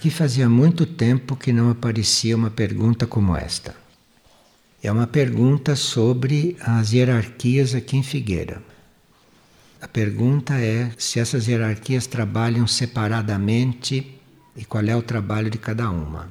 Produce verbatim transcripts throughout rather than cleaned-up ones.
Aqui fazia muito tempo que não aparecia uma pergunta como esta. É uma pergunta sobre as hierarquias aqui em Figueira. A pergunta é se essas hierarquias trabalham separadamente e qual é o trabalho de cada uma.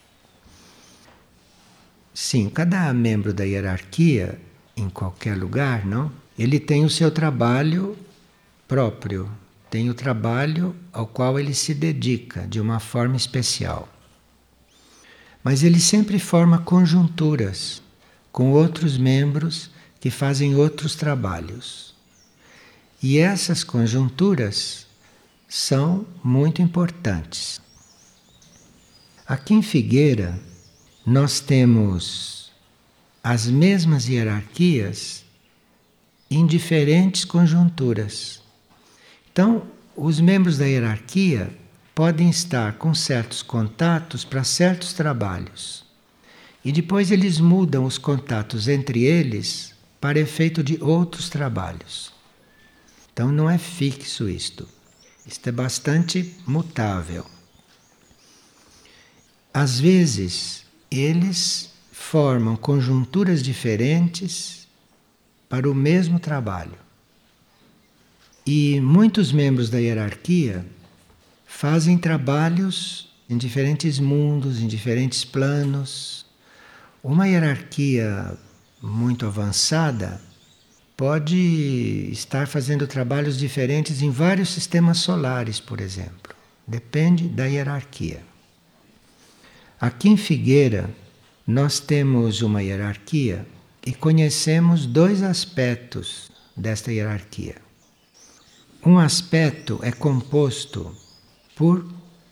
Sim, cada membro da hierarquia, em qualquer lugar, não? Ele tem o seu trabalho próprio, tem o trabalho ao qual ele se dedica de uma forma especial. Mas ele sempre forma conjunturas com outros membros que fazem outros trabalhos. E essas conjunturas são muito importantes. Aqui em Figueira, nós temos as mesmas hierarquias em diferentes conjunturas. Então, os membros da hierarquia podem estar com certos contatos para certos trabalhos. E depois eles mudam os contatos entre eles para efeito de outros trabalhos. Então não é fixo isto. Isto é bastante mutável. Às vezes, eles formam conjunturas diferentes para o mesmo trabalho. E muitos membros da hierarquia fazem trabalhos em diferentes mundos, em diferentes planos. Uma hierarquia muito avançada pode estar fazendo trabalhos diferentes em vários sistemas solares, por exemplo. Depende da hierarquia. Aqui em Figueira, nós temos uma hierarquia e conhecemos dois aspectos desta hierarquia. Um aspecto é composto por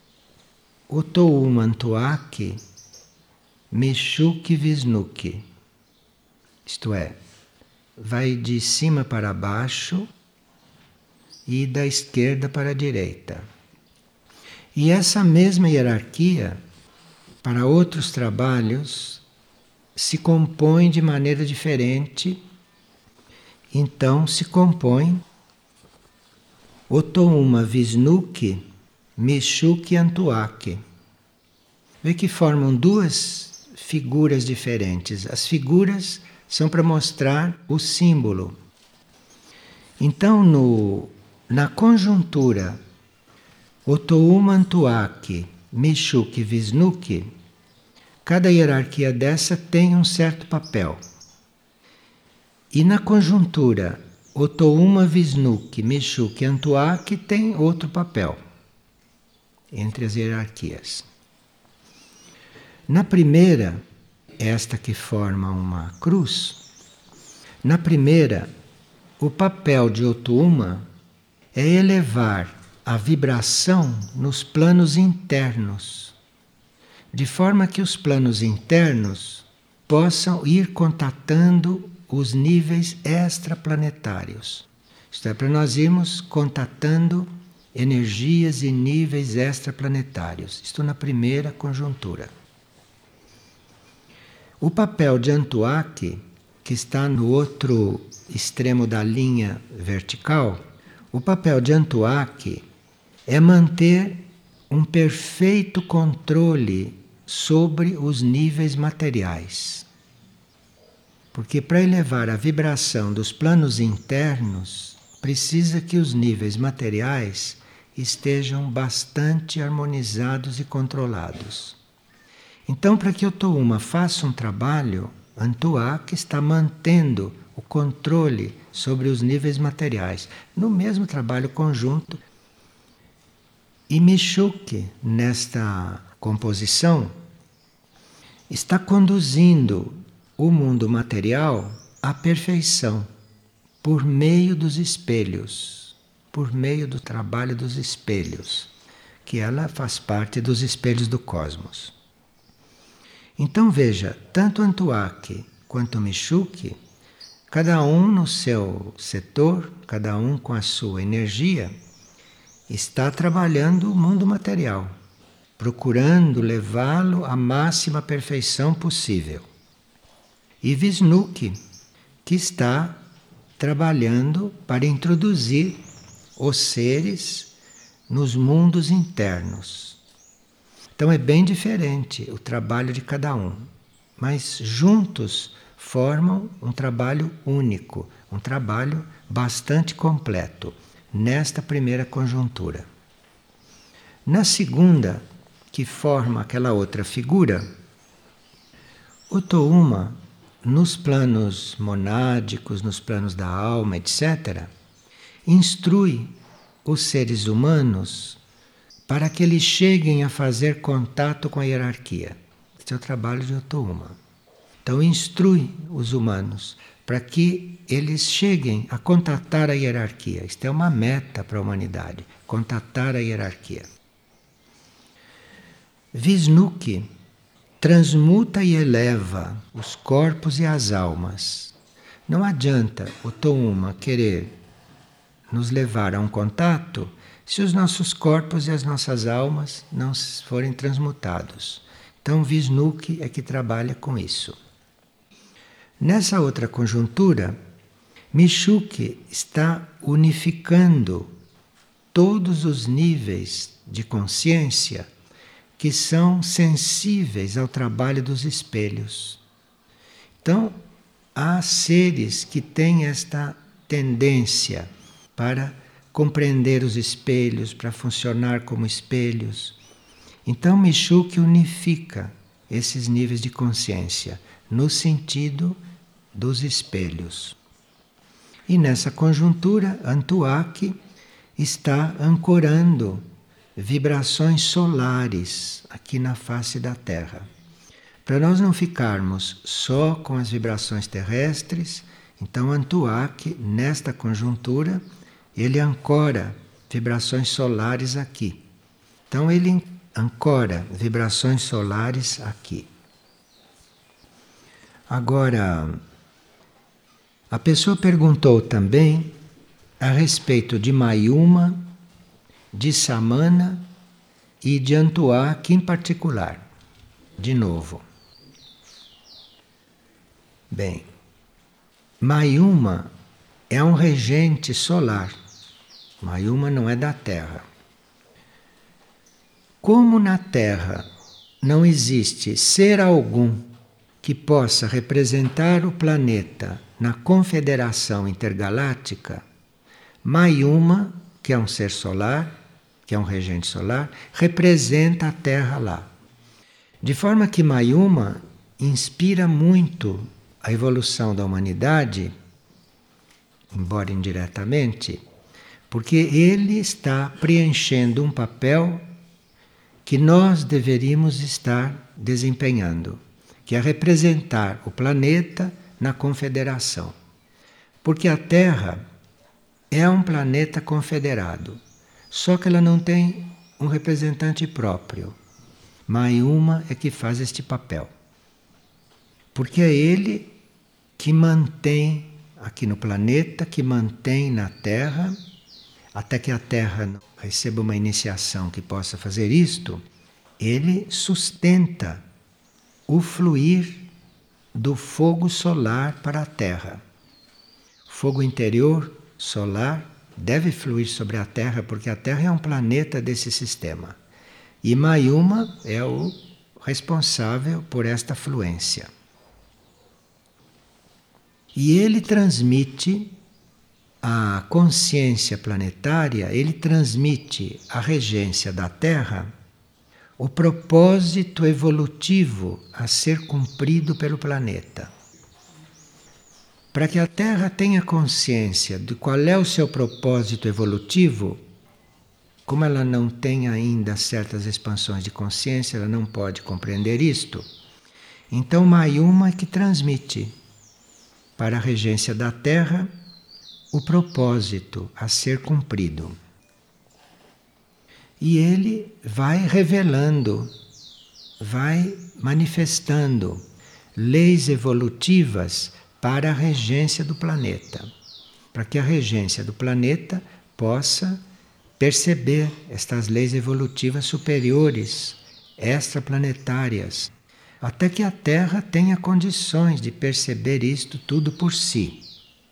Otohumantuaki, Meshuki Visnuki. Isto é, vai de cima para baixo e da esquerda para a direita. E essa mesma hierarquia, para outros trabalhos, se compõe de maneira diferente. Então se compõe Otohuma Visnuki, Meshuki Antuaki. Vê que formam duas figuras diferentes. As figuras são para mostrar o símbolo. Então, no, na conjuntura Otohuma Antuaki, Meshuki Visnuki, cada hierarquia dessa tem um certo papel. E na conjuntura Otohuma Visnuki, Meshuki Antuaki tem outro papel entre as hierarquias. Na primeira, esta que forma uma cruz, na primeira, o papel de Otohuma é elevar a vibração nos planos internos, de forma que os planos internos possam ir contatando os níveis extraplanetários. Isto é, para nós irmos contatando energias e níveis extraplanetários. Isto na primeira conjuntura. O papel de Antuaki, que está no outro extremo da linha vertical, o papel de Antuaki é manter um perfeito controle sobre os níveis materiais. Porque para elevar a vibração dos planos internos, precisa que os níveis materiais estejam bastante harmonizados e controlados. Então, para que Otohuma faça um trabalho, Antuaki está mantendo o controle sobre os níveis materiais, no mesmo trabalho conjunto. E Meshuki, nesta composição, está conduzindo o mundo material à perfeição, por meio dos espelhos, por meio do trabalho dos espelhos, que ela faz parte dos espelhos do cosmos. Então veja, tanto Antuaki quanto Meshuki, cada um no seu setor, cada um com a sua energia, está trabalhando o mundo material, procurando levá-lo à máxima perfeição possível. E Visnuki, que está trabalhando para introduzir os seres nos mundos internos. Então é bem diferente o trabalho de cada um, mas juntos formam um trabalho único, um trabalho bastante completo nesta primeira conjuntura. Na segunda, que forma aquela outra figura, o Touma, nos planos monádicos, nos planos da alma, etcétera, instrui os seres humanos para que eles cheguem a fazer contato com a hierarquia. Esse é o trabalho de Touma. Então instrui os humanos para que eles cheguem a contatar a hierarquia. Isto é uma meta para a humanidade, contatar a hierarquia. Vishnuki transmuta e eleva os corpos e as almas. Não adianta o Touma querer nos levar a um contato se os nossos corpos e as nossas almas não forem transmutados. Então Vishnuki é que trabalha com isso. Nessa outra conjuntura, Michuque está unificando todos os níveis de consciência que são sensíveis ao trabalho dos espelhos. Então, há seres que têm esta tendência para compreender os espelhos, para funcionar como espelhos. Então, Michuque unifica esses níveis de consciência no sentido dos espelhos. E nessa conjuntura, Antuak está ancorando vibrações solares aqui na face da Terra. Para nós não ficarmos só com as vibrações terrestres, então Antuak, nesta conjuntura, ele ancora vibrações solares aqui. Então ele ancora vibrações solares aqui. Agora, a pessoa perguntou também a respeito de Mayuma, de Samana e de Antuak em particular. De novo. Bem, Mayuma é um regente solar. Mayuma não é da Terra. Como na Terra não existe ser algum que possa representar o planeta na Confederação Intergaláctica, Mayuma, que é um ser solar, que é um regente solar, representa a Terra lá. De forma que Mayuma inspira muito a evolução da humanidade, embora indiretamente, porque ele está preenchendo um papel que nós deveríamos estar desempenhando, que é representar o planeta na Confederação. Porque a Terra é um planeta confederado, só que ela não tem um representante próprio. Mayuma é que faz este papel. Porque é ele que mantém aqui no planeta, que mantém na Terra, até que a Terra receba uma iniciação que possa fazer isto, ele sustenta o fluir do fogo solar para a Terra. O fogo interior solar deve fluir sobre a Terra, porque a Terra é um planeta desse sistema. E Mayuma é o responsável por esta fluência. E ele transmite a consciência planetária, ele transmite à regência da Terra o propósito evolutivo a ser cumprido pelo planeta. Para que a Terra tenha consciência de qual é o seu propósito evolutivo, como ela não tem ainda certas expansões de consciência, ela não pode compreender isto, então Mayuma é que transmite para a regência da Terra o propósito a ser cumprido. E ele vai revelando, vai manifestando leis evolutivas para a regência do planeta, para que a regência do planeta possa perceber estas leis evolutivas superiores, extraplanetárias, até que a Terra tenha condições de perceber isto tudo por si.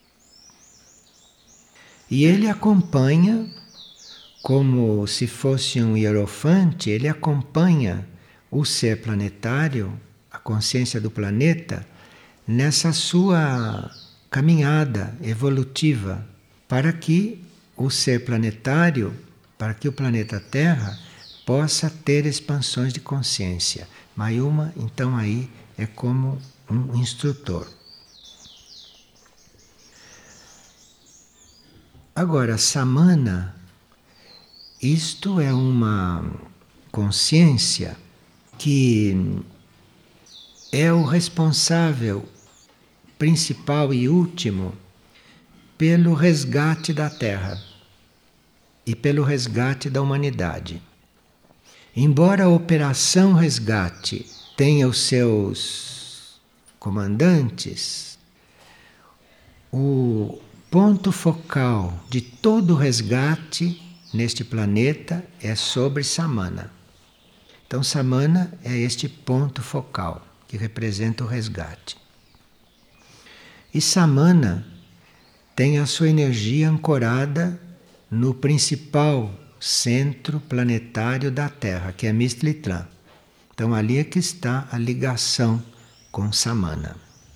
E ele acompanha, como se fosse um hierofante, ele acompanha o ser planetário, a consciência do planeta, nessa sua caminhada evolutiva, para que o ser planetário, para que o planeta Terra possa ter expansões de consciência. Mayuma, então, aí é como um instrutor. Agora, Samana, isto é uma consciência que é o responsável principal e último pelo resgate da Terra e pelo resgate da humanidade. Embora a Operação Resgate tenha os seus comandantes, o ponto focal de todo o resgate neste planeta é sobre Samana. Então, Samana é este ponto focal que representa o resgate. E Samana tem a sua energia ancorada no principal centro planetário da Terra, que é Mistlitrã. Então, ali é que está a ligação com Samana.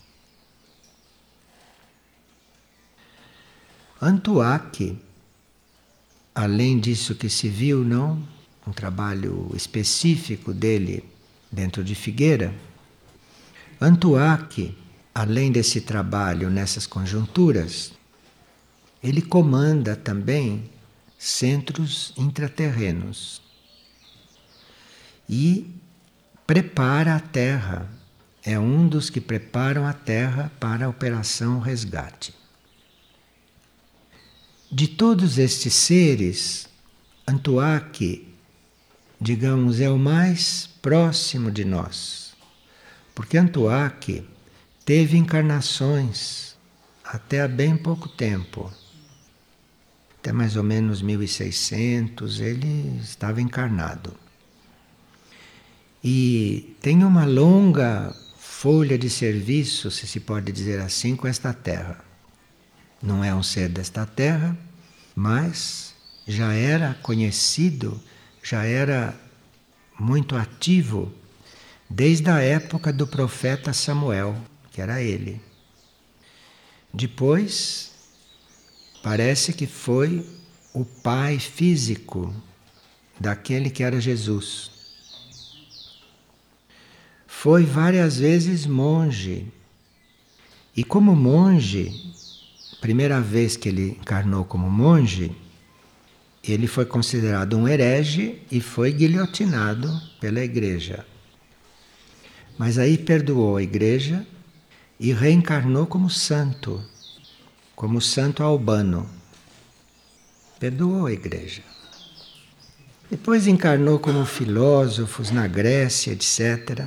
Antuak, além disso que se viu, não, um trabalho específico dele dentro de Figueira, Antuak, além desse trabalho nessas conjunturas, ele comanda também centros intraterrenos e prepara a Terra, é um dos que preparam a Terra para a Operação Resgate. De todos estes seres, Antuak, digamos, é o mais próximo de nós, porque Antuak teve encarnações até há bem pouco tempo. Até mais ou menos mil e seiscentos ele estava encarnado. E tem uma longa folha de serviço, se se pode dizer assim, com esta Terra. Não é um ser desta Terra, mas já era conhecido, já era muito ativo desde a época do profeta Samuel, que era ele. Depois, parece que foi o pai físico daquele que era Jesus. Foi várias vezes monge. E como monge, primeira vez que ele encarnou como monge, ele foi considerado um herege e foi guilhotinado pela igreja. Mas aí perdoou a igreja e reencarnou como santo, como Santo Albano. Perdoou a igreja. Depois encarnou como filósofos na Grécia, etcétera.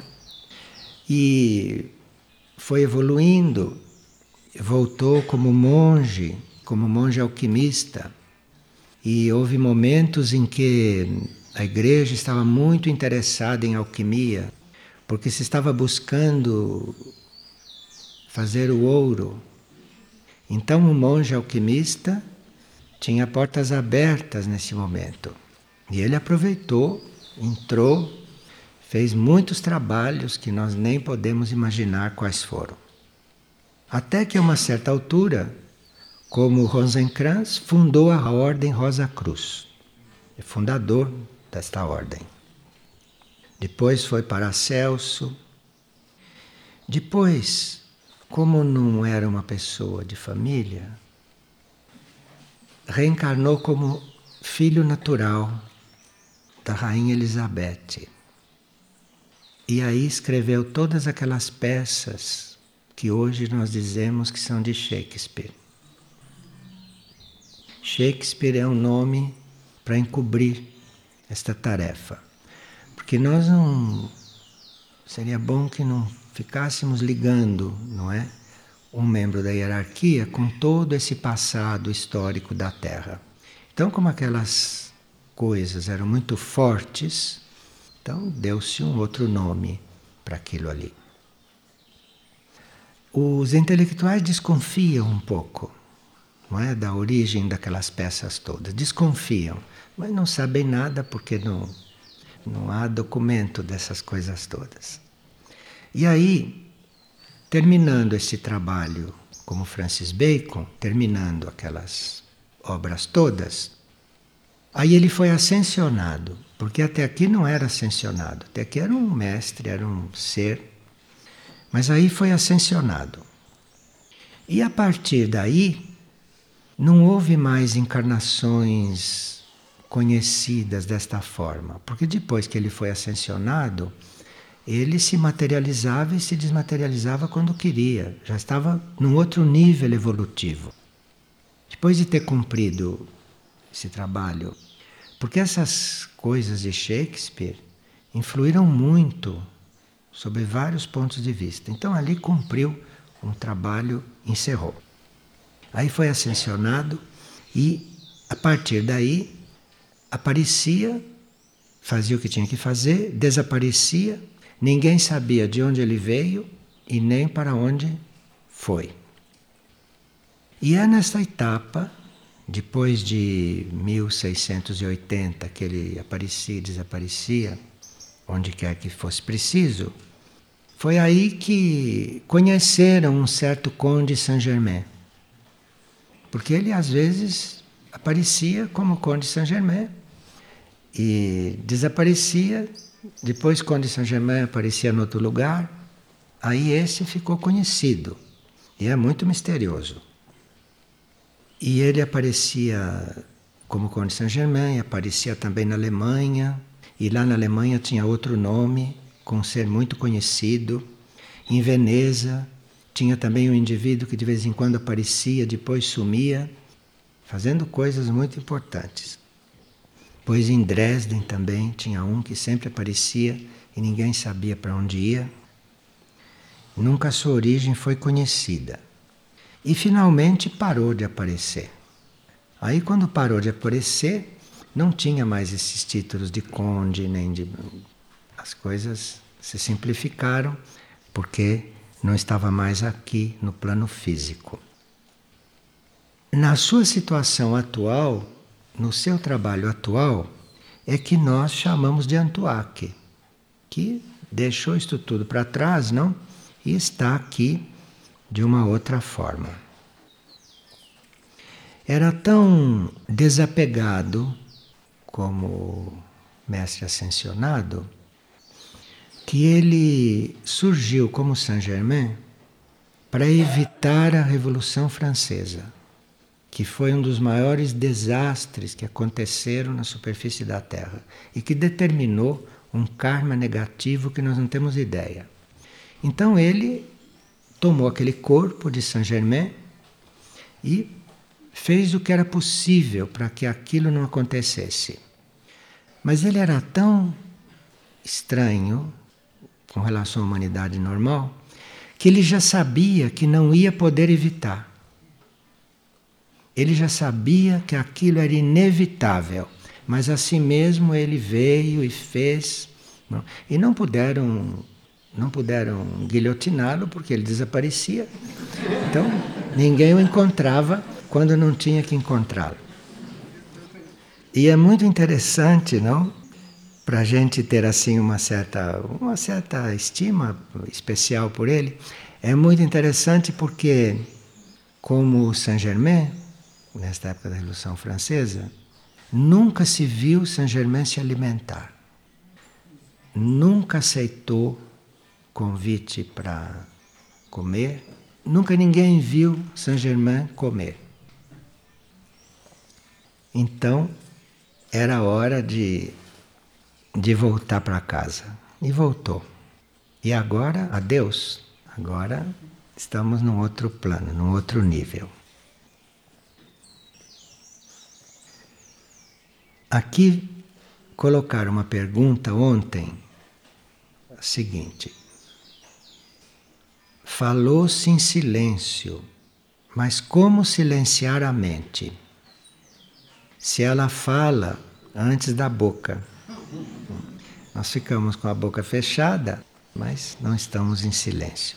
E foi evoluindo, voltou como monge, como monge alquimista. E houve momentos em que a igreja estava muito interessada em alquimia, porque se estava buscando fazer o ouro. Então o monge alquimista tinha portas abertas nesse momento. E ele aproveitou, entrou, fez muitos trabalhos que nós nem podemos imaginar quais foram. Até que a uma certa altura, como Rosencrantz, fundou a Ordem Rosa Cruz. É fundador desta ordem. Depois foi Paracelso. Depois, como não era uma pessoa de família, reencarnou como filho natural da Rainha Elizabeth. E aí escreveu todas aquelas peças que hoje nós dizemos que são de Shakespeare. Shakespeare é um nome para encobrir esta tarefa. Porque nós não... Seria bom que não ficássemos ligando, não é? Um membro da hierarquia com todo esse passado histórico da Terra. Então, como aquelas coisas eram muito fortes, então deu-se um outro nome para aquilo ali. Os intelectuais desconfiam um pouco, não é, da origem daquelas peças todas. Desconfiam, mas não sabem nada porque não, Não há documento dessas coisas todas. E aí, terminando esse trabalho como Francis Bacon, terminando aquelas obras todas, aí ele foi ascensionado, porque até aqui não era ascensionado, até aqui era um mestre, era um ser, mas aí foi ascensionado. E a partir daí, não houve mais encarnações conhecidas desta forma, porque depois que ele foi ascensionado, ele se materializava e se desmaterializava quando queria, já estava num outro nível evolutivo. Depois de ter cumprido esse trabalho, porque essas coisas de Shakespeare influíram muito sobre vários pontos de vista. Então ali cumpriu um trabalho, encerrou. Aí foi ascensionado e a partir daí aparecia, fazia o que tinha que fazer, desaparecia, ninguém sabia de onde ele veio e nem para onde foi. E é nesta etapa, depois de mil seiscentos e oitenta, que ele aparecia e desaparecia, onde quer que fosse preciso, foi aí que conheceram um certo Conde Saint-Germain. Porque ele às vezes aparecia como Conde Saint-Germain e desaparecia, depois Conde Saint-Germain aparecia em outro lugar, aí esse ficou conhecido e é muito misterioso. E ele aparecia como Conde Saint-Germain, aparecia também na Alemanha, e lá na Alemanha tinha outro nome, com um ser muito conhecido. Em Veneza tinha também um indivíduo que de vez em quando aparecia, depois sumia, fazendo coisas muito importantes. Pois em Dresden também tinha um que sempre aparecia e ninguém sabia para onde ia. Nunca a sua origem foi conhecida. E finalmente parou de aparecer. Aí quando parou de aparecer, não tinha mais esses títulos de conde, nem de... As coisas se simplificaram porque não estava mais aqui no plano físico. Na sua situação atual, no seu trabalho atual, é que nós chamamos de Antuak, que deixou isto tudo para trás, não? E está aqui de uma outra forma. Era tão desapegado como mestre ascensionado que ele surgiu como Saint-Germain para evitar a Revolução Francesa, que foi um dos maiores desastres que aconteceram na superfície da Terra e que determinou um karma negativo que nós não temos ideia. Então ele tomou aquele corpo de Saint-Germain e fez o que era possível para que aquilo não acontecesse. Mas ele era tão estranho com relação à humanidade normal que ele já sabia que não ia poder evitar. Ele já sabia que aquilo era inevitável, mas assim mesmo ele veio e fez. E não puderam, não puderam guilhotiná-lo porque ele desaparecia. Então ninguém o encontrava quando não tinha que encontrá-lo. E é muito interessante, não? Para a gente ter assim uma certa, uma certa estima especial por ele, é muito interessante porque, como Saint-Germain, nesta época da Revolução Francesa, nunca se viu Saint-Germain se alimentar. Nunca aceitou convite para comer, nunca ninguém viu Saint-Germain comer. Então, era hora de, de voltar para casa. E voltou. E agora, adeus. Agora estamos num outro plano, num outro nível. Aqui colocaram uma pergunta ontem, a seguinte. Falou-se em silêncio, mas como silenciar a mente? Se ela fala antes da boca. Nós ficamos com a boca fechada, mas não estamos em silêncio.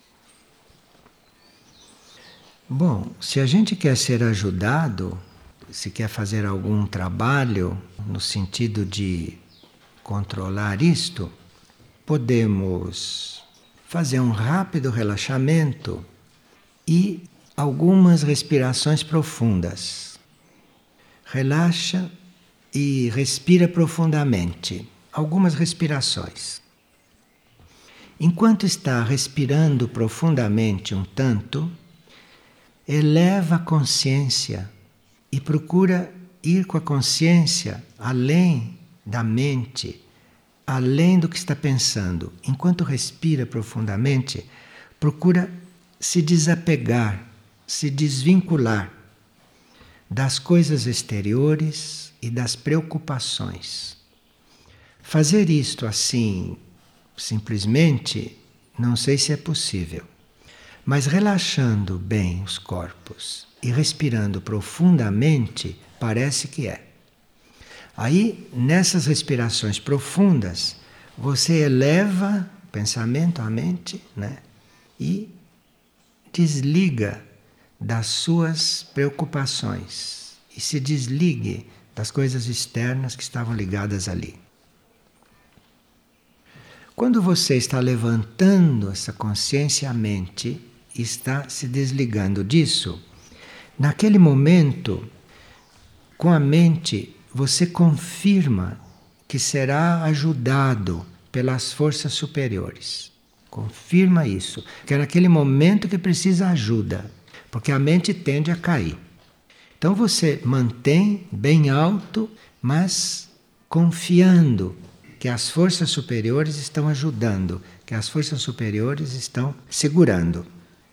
Bom, se a gente quer ser ajudado, se quer fazer algum trabalho no sentido de controlar isto, podemos fazer um rápido relaxamento e algumas respirações profundas. Relaxa e respira profundamente. Algumas respirações. Enquanto está respirando profundamente um tanto, eleva a consciência e procura ir com a consciência além da mente, além do que está pensando. Enquanto respira profundamente, procura se desapegar, se desvincular das coisas exteriores e das preocupações. Fazer isto assim, simplesmente, não sei se é possível, mas relaxando bem os corpos e respirando profundamente, parece que é. Aí, nessas respirações profundas, você eleva o pensamento, a mente, né? E desliga das suas preocupações e se desligue das coisas externas que estavam ligadas ali. Quando você está levantando essa consciência à mente e está se desligando disso, naquele momento, com a mente, você confirma que será ajudado pelas forças superiores. Confirma isso, que é naquele momento que precisa ajuda, porque a mente tende a cair. Então você mantém bem alto, mas confiando que as forças superiores estão ajudando, que as forças superiores estão segurando.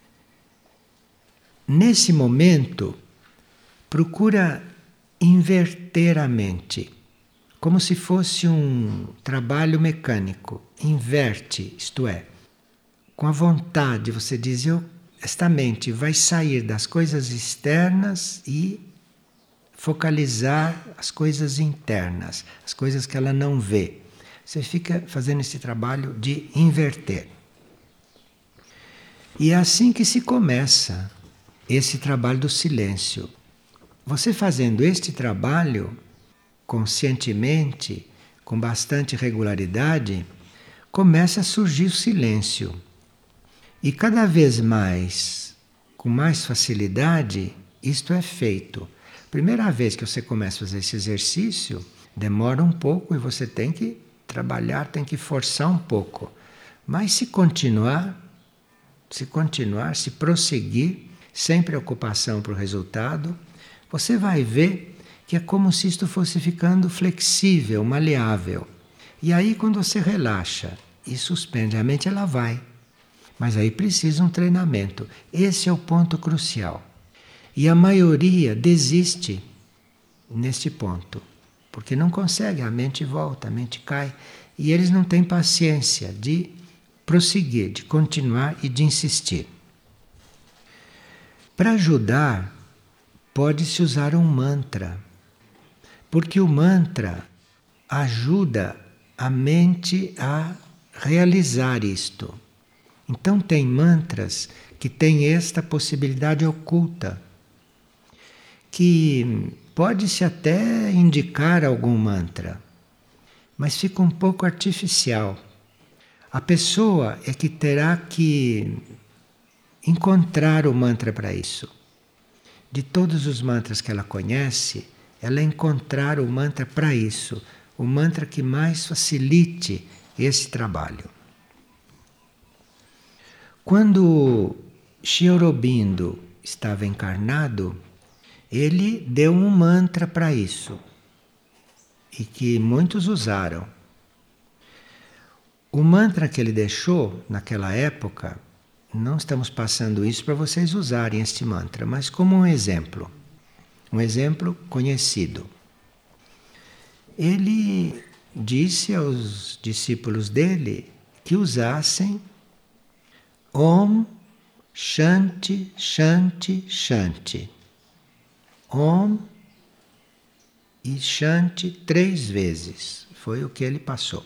Nesse momento, procura inverter a mente, como se fosse um trabalho mecânico. Inverte, isto é, com a vontade, você diz, eu, esta mente vai sair das coisas externas e focalizar as coisas internas, as coisas que ela não vê. Você fica fazendo esse trabalho de inverter. E é assim que se começa esse trabalho do silêncio. Você fazendo este trabalho conscientemente, com bastante regularidade, começa a surgir o silêncio. E cada vez mais, com mais facilidade, isto é feito. Primeira vez que você começa a fazer esse exercício, demora um pouco e você tem que trabalhar, tem que forçar um pouco. Mas se continuar, se continuar, se prosseguir, sem preocupação para o resultado, você vai ver que é como se isto fosse ficando flexível, maleável. E aí quando você relaxa e suspende a mente, ela vai. Mas aí precisa um treinamento. Esse é o ponto crucial. E a maioria desiste neste ponto. Porque não consegue, a mente volta, a mente cai. E eles não têm paciência de prosseguir, de continuar e de insistir. Para ajudar, pode-se usar um mantra. Porque o mantra ajuda a mente a realizar isto. Então tem mantras que têm esta possibilidade oculta, que pode-se até indicar algum mantra, mas fica um pouco artificial. A pessoa é que terá que encontrar o mantra para isso. De todos os mantras que ela conhece, ela encontrar o mantra para isso, o mantra que mais facilite esse trabalho. Quando Sri Aurobindo estava encarnado, ele deu um mantra para isso, e que muitos usaram. O mantra que ele deixou naquela época, não estamos passando isso para vocês usarem este mantra, mas como um exemplo, um exemplo conhecido. Ele disse aos discípulos dele que usassem Om Shanti Shanti Shanti. Om e Shanti três vezes. Foi o que ele passou.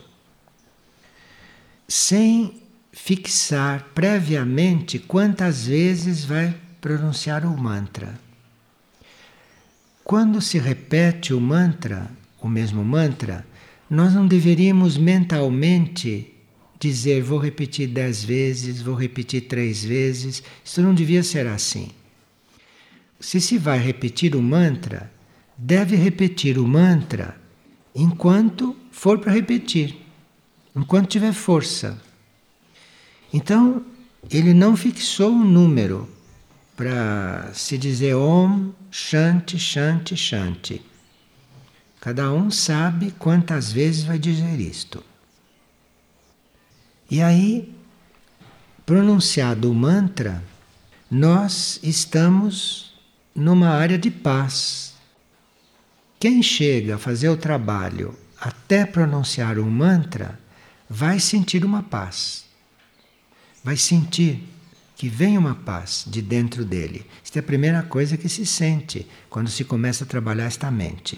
Sem fixar previamente quantas vezes vai pronunciar o mantra. quando se repete o mantra, o mesmo mantra, nós não deveríamos mentalmente dizer vou repetir dez vezes, vou repetir três vezes. Isso não devia ser assim. Se se vai repetir o mantra, deve repetir o mantra enquanto for para repetir, enquanto tiver força. Então, ele não fixou um número para se dizer Om, Shanti, Shanti, Shanti. Cada um sabe quantas vezes vai dizer isto. E aí, pronunciado o mantra, nós estamos numa área de paz. Quem chega a fazer o trabalho até pronunciar o mantra, vai sentir uma paz. Vai sentir que vem uma paz de dentro dele. Esta é a primeira coisa que se sente quando se começa a trabalhar esta mente.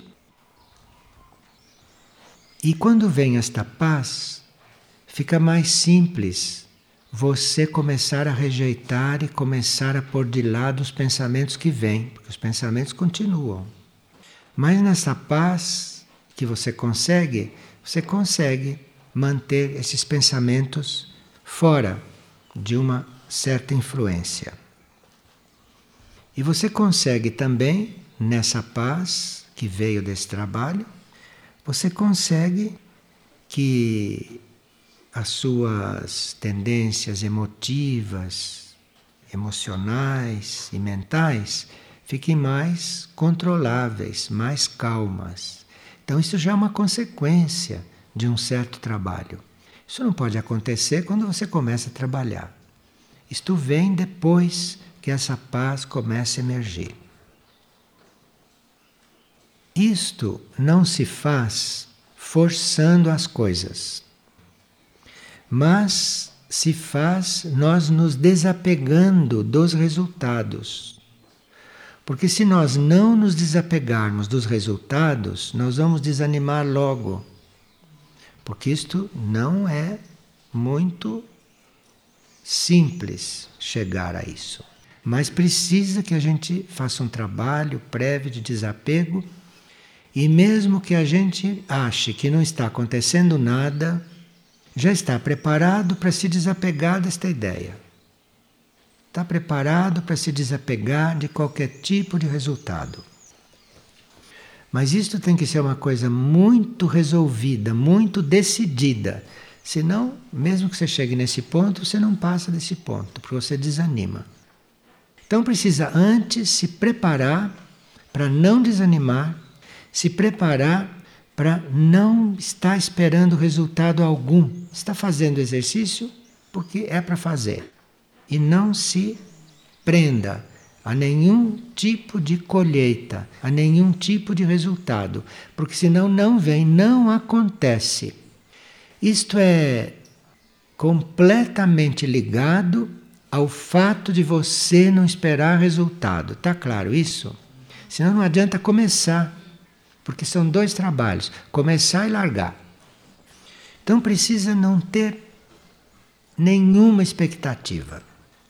E quando vem esta paz, fica mais simples você começar a rejeitar e começar a pôr de lado os pensamentos que vêm, porque os pensamentos continuam. Mas nessa paz que você consegue, você consegue manter esses pensamentos fora de uma certa influência. E você consegue também, nessa paz que veio desse trabalho, você consegue que as suas tendências emotivas, emocionais e mentais fiquem mais controláveis, mais calmas. Então isso já é uma consequência de um certo trabalho. Isso não pode acontecer quando você começa a trabalhar. Isto vem depois que essa paz começa a emergir. Isto não se faz forçando as coisas, mas se faz nós nos desapegando dos resultados. Porque se nós não nos desapegarmos dos resultados, nós vamos desanimar logo. Porque isto não é muito simples chegar a isso. Mas precisa que a gente faça um trabalho prévio de desapego. E mesmo que a gente ache que não está acontecendo nada, já está preparado para se desapegar desta ideia. Está preparado para se desapegar de qualquer tipo de resultado. Mas isto tem que ser uma coisa muito resolvida, muito decidida. Senão, mesmo que você chegue nesse ponto, você não passa desse ponto, porque você desanima. Então precisa antes se preparar para não desanimar, se preparar para não estar esperando resultado algum. Está fazendo exercício porque é para fazer. E não se prenda a nenhum tipo de colheita, a nenhum tipo de resultado, porque senão não vem, não acontece. Isto é completamente ligado ao fato de você não esperar resultado. Está claro isso? Senão não adianta começar. Porque são dois trabalhos, começar e largar. Então precisa não ter nenhuma expectativa.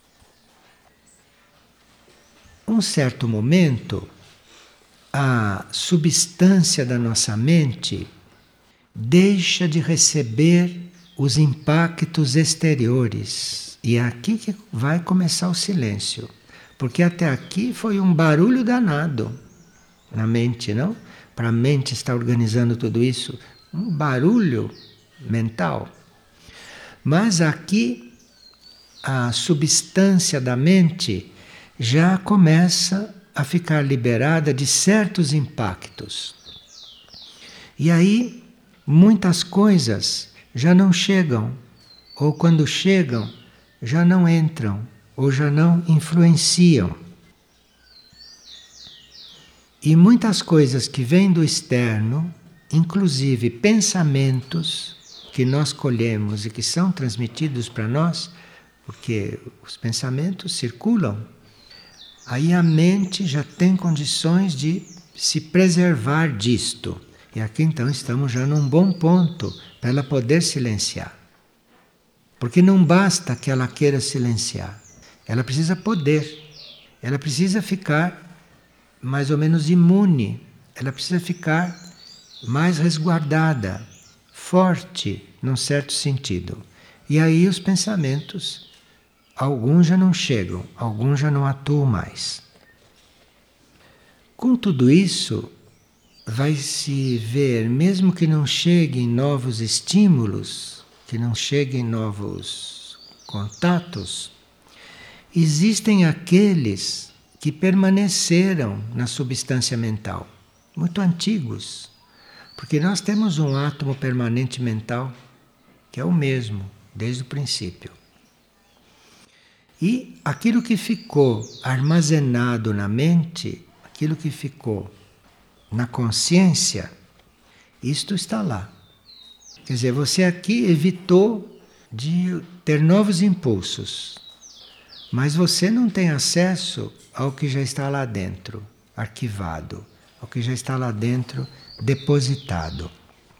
Um certo momento, a substância da nossa mente deixa de receber os impactos exteriores. E é aqui que vai começar o silêncio. Porque até aqui foi um barulho danado na mente, não? Para a mente estar organizando tudo isso, um barulho mental. Mas aqui a substância da mente já começa a ficar liberada de certos impactos. E aí muitas coisas já não chegam, ou quando chegam, já não entram, ou já não influenciam. E muitas coisas que vêm do externo, inclusive pensamentos que nós colhemos e que são transmitidos para nós, porque os pensamentos circulam, aí a mente já tem condições de se preservar disto. E aqui então estamos já num bom ponto para ela poder silenciar. Porque não basta que ela queira silenciar, ela precisa poder, ela precisa ficar mais ou menos imune, ela precisa ficar mais resguardada, forte, num certo sentido. E aí os pensamentos, alguns já não chegam, alguns já não atuam mais. Com tudo isso, vai se ver, mesmo que não cheguem novos estímulos, que não cheguem novos contatos, existem aqueles que permaneceram na substância mental, muito antigos, porque nós temos um átomo permanente mental que é o mesmo desde o princípio. E aquilo que ficou armazenado na mente, aquilo que ficou na consciência, isto está lá. Quer dizer, você aqui evitou de ter novos impulsos, mas você não tem acesso ao que já está lá dentro, arquivado, ao que já está lá dentro, depositado.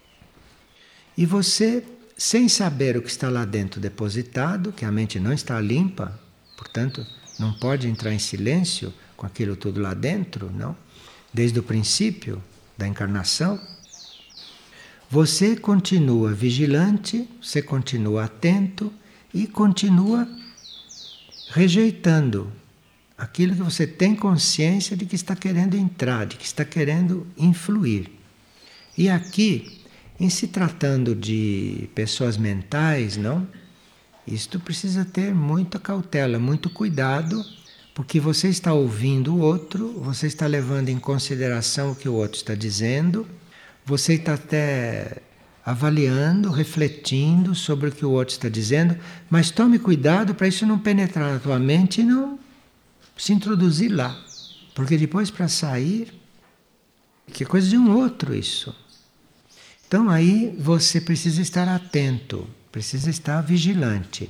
E você, sem saber o que está lá dentro depositado, que a mente não está limpa, portanto, não pode entrar em silêncio com aquilo tudo lá dentro, não? Desde o princípio da encarnação, você continua vigilante, você continua atento e continua rejeitando aquilo que você tem consciência de que está querendo entrar, de que está querendo influir. E aqui, em se tratando de pessoas mentais, não? Isto precisa ter muita cautela, muito cuidado, porque você está ouvindo o outro, você está levando em consideração o que o outro está dizendo, você está até avaliando, refletindo sobre o que o outro está dizendo, mas tome cuidado para isso não penetrar na tua mente e não se introduzir lá. Porque depois para sair, que é coisa de um outro isso. Então aí você precisa estar atento, precisa estar vigilante.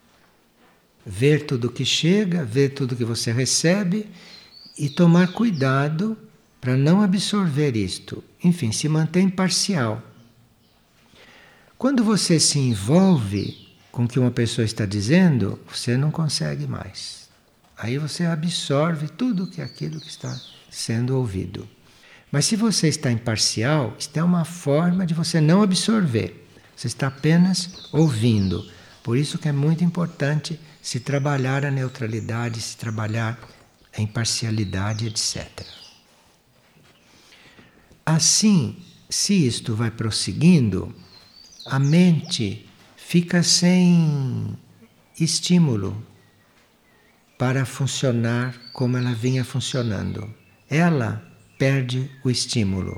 Ver tudo que chega, ver tudo que você recebe e tomar cuidado para não absorver isto. Enfim, se manter imparcial. Quando você se envolve com o que uma pessoa está dizendo, você não consegue mais. Aí você absorve tudo que é aquilo que está sendo ouvido. Mas se você está imparcial, isto é uma forma de você não absorver. Você está apenas ouvindo. Por isso que é muito importante se trabalhar a neutralidade, se trabalhar a imparcialidade, etcétera. Assim, se isto vai prosseguindo, a mente fica sem estímulo para funcionar como ela vinha funcionando. Ela perde o estímulo.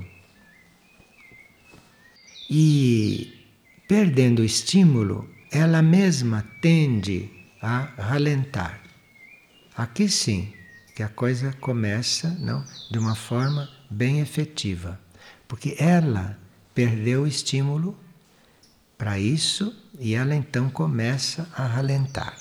E, perdendo o estímulo, ela mesma tende a ralentar. Aqui sim, que a coisa começa, não, de uma forma bem efetiva. Porque ela perdeu o estímulo para isso e ela então começa a ralentar.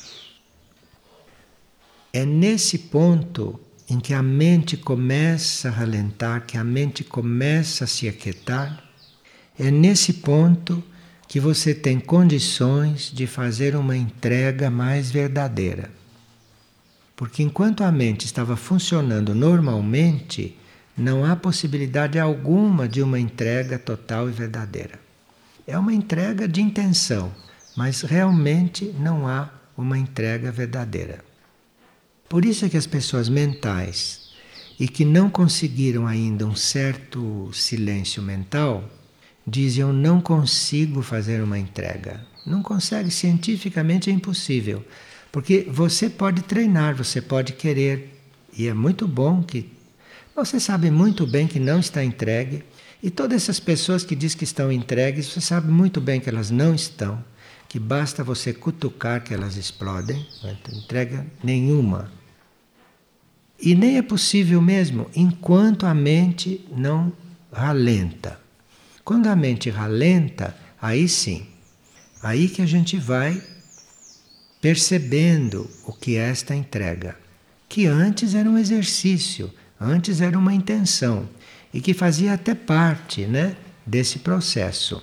É nesse ponto em que a mente começa a ralentar, que a mente começa a se aquietar, é nesse ponto que você tem condições de fazer uma entrega mais verdadeira. Porque enquanto a mente estava funcionando normalmente, não há possibilidade alguma de uma entrega total e verdadeira. É uma entrega de intenção, mas realmente não há uma entrega verdadeira. Por isso é que as pessoas mentais e que não conseguiram ainda um certo silêncio mental, dizem eu não consigo fazer uma entrega. Não consegue, cientificamente é impossível. Porque você pode treinar, você pode querer. E é muito bom que você sabe muito bem que não está entregue. E todas essas pessoas que dizem que estão entregues, você sabe muito bem que elas não estão. Que basta você cutucar que elas explodem. Não tem entrega nenhuma. E nem é possível mesmo enquanto a mente não ralenta. Quando a mente ralenta, aí sim, aí que a gente vai percebendo o que é esta entrega, que antes era um exercício, antes era uma intenção, e que fazia até parte, né, desse processo.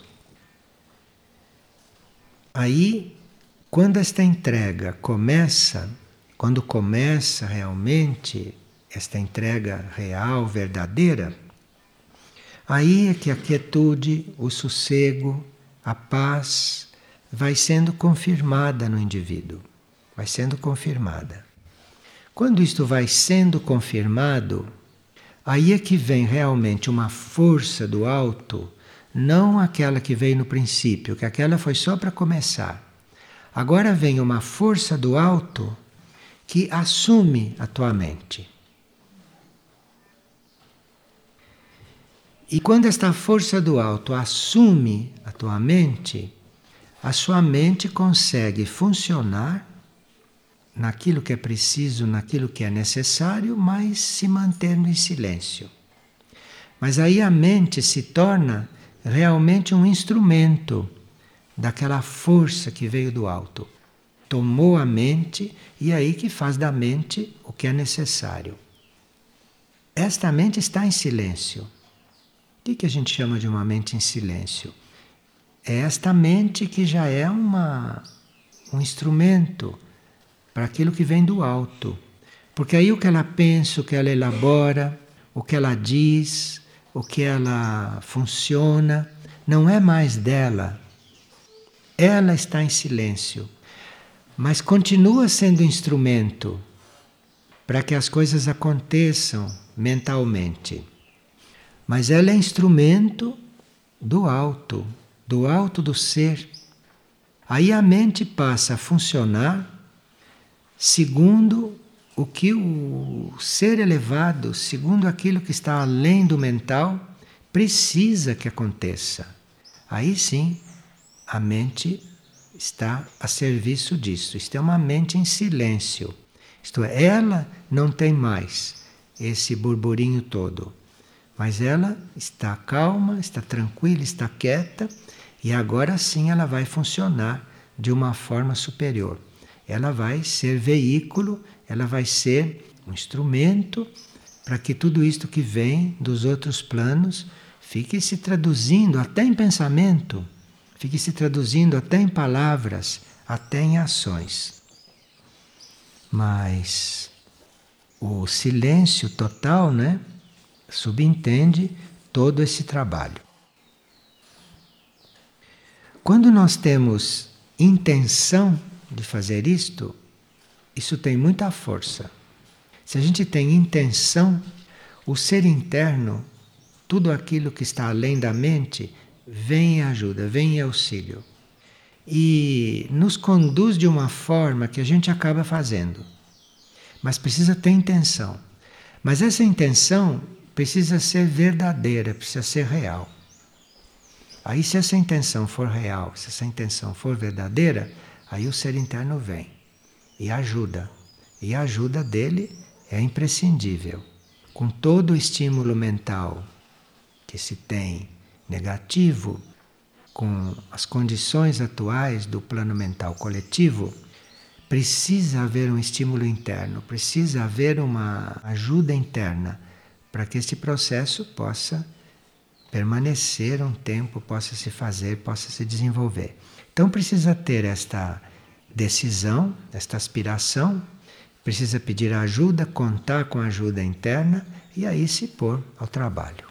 Aí, quando esta entrega começa, quando começa realmente, esta entrega real, verdadeira, aí é que a quietude, o sossego, a paz vai sendo confirmada no indivíduo, vai sendo confirmada. Quando isto vai sendo confirmado, aí é que vem realmente uma força do alto, não aquela que veio no princípio, que aquela foi só para começar. Agora vem uma força do alto que assume a tua mente. E quando esta força do alto assume a tua mente, a sua mente consegue funcionar naquilo que é preciso, naquilo que é necessário, mas se mantendo em silêncio. Mas aí a mente se torna realmente um instrumento daquela força que veio do alto. Tomou a mente e aí que faz da mente o que é necessário. Esta mente está em silêncio. O que a gente chama de uma mente em silêncio? É esta mente que já é uma, um instrumento para aquilo que vem do alto. Porque aí o que ela pensa, o que ela elabora, o que ela diz, o que ela funciona, não é mais dela. Ela está em silêncio, mas continua sendo instrumento para que as coisas aconteçam mentalmente. Mas ela é instrumento do alto, do alto do ser. Aí a mente passa a funcionar segundo o que o ser elevado, segundo aquilo que está além do mental, precisa que aconteça. Aí sim, a mente está a serviço disso. Isto é uma mente em silêncio. Isto é, ela não tem mais esse burburinho todo. Mas ela está calma, está tranquila, está quieta e agora sim ela vai funcionar de uma forma superior. Ela vai ser veículo, ela vai ser um instrumento para que tudo isto que vem dos outros planos fique se traduzindo até em pensamento, fique se traduzindo até em palavras, até em ações. Mas o silêncio total, né? Subentende todo esse trabalho. Quando nós temos intenção de fazer isto, isso tem muita força. Se a gente tem intenção, o ser interno, tudo aquilo que está além da mente, vem em ajuda, vem em auxílio. E nos conduz de uma forma que a gente acaba fazendo. Mas precisa ter intenção. Mas essa intenção precisa ser verdadeira, precisa ser real. Aí se essa intenção for real, se essa intenção for verdadeira, aí o ser interno vem e ajuda. E a ajuda dele é imprescindível. Com todo o estímulo mental que se tem negativo, com as condições atuais do plano mental coletivo, precisa haver um estímulo interno, precisa haver uma ajuda interna para que este processo possa permanecer um tempo, possa se fazer, possa se desenvolver. Então precisa ter esta decisão, esta aspiração, precisa pedir ajuda, contar com a ajuda interna e aí se pôr ao trabalho.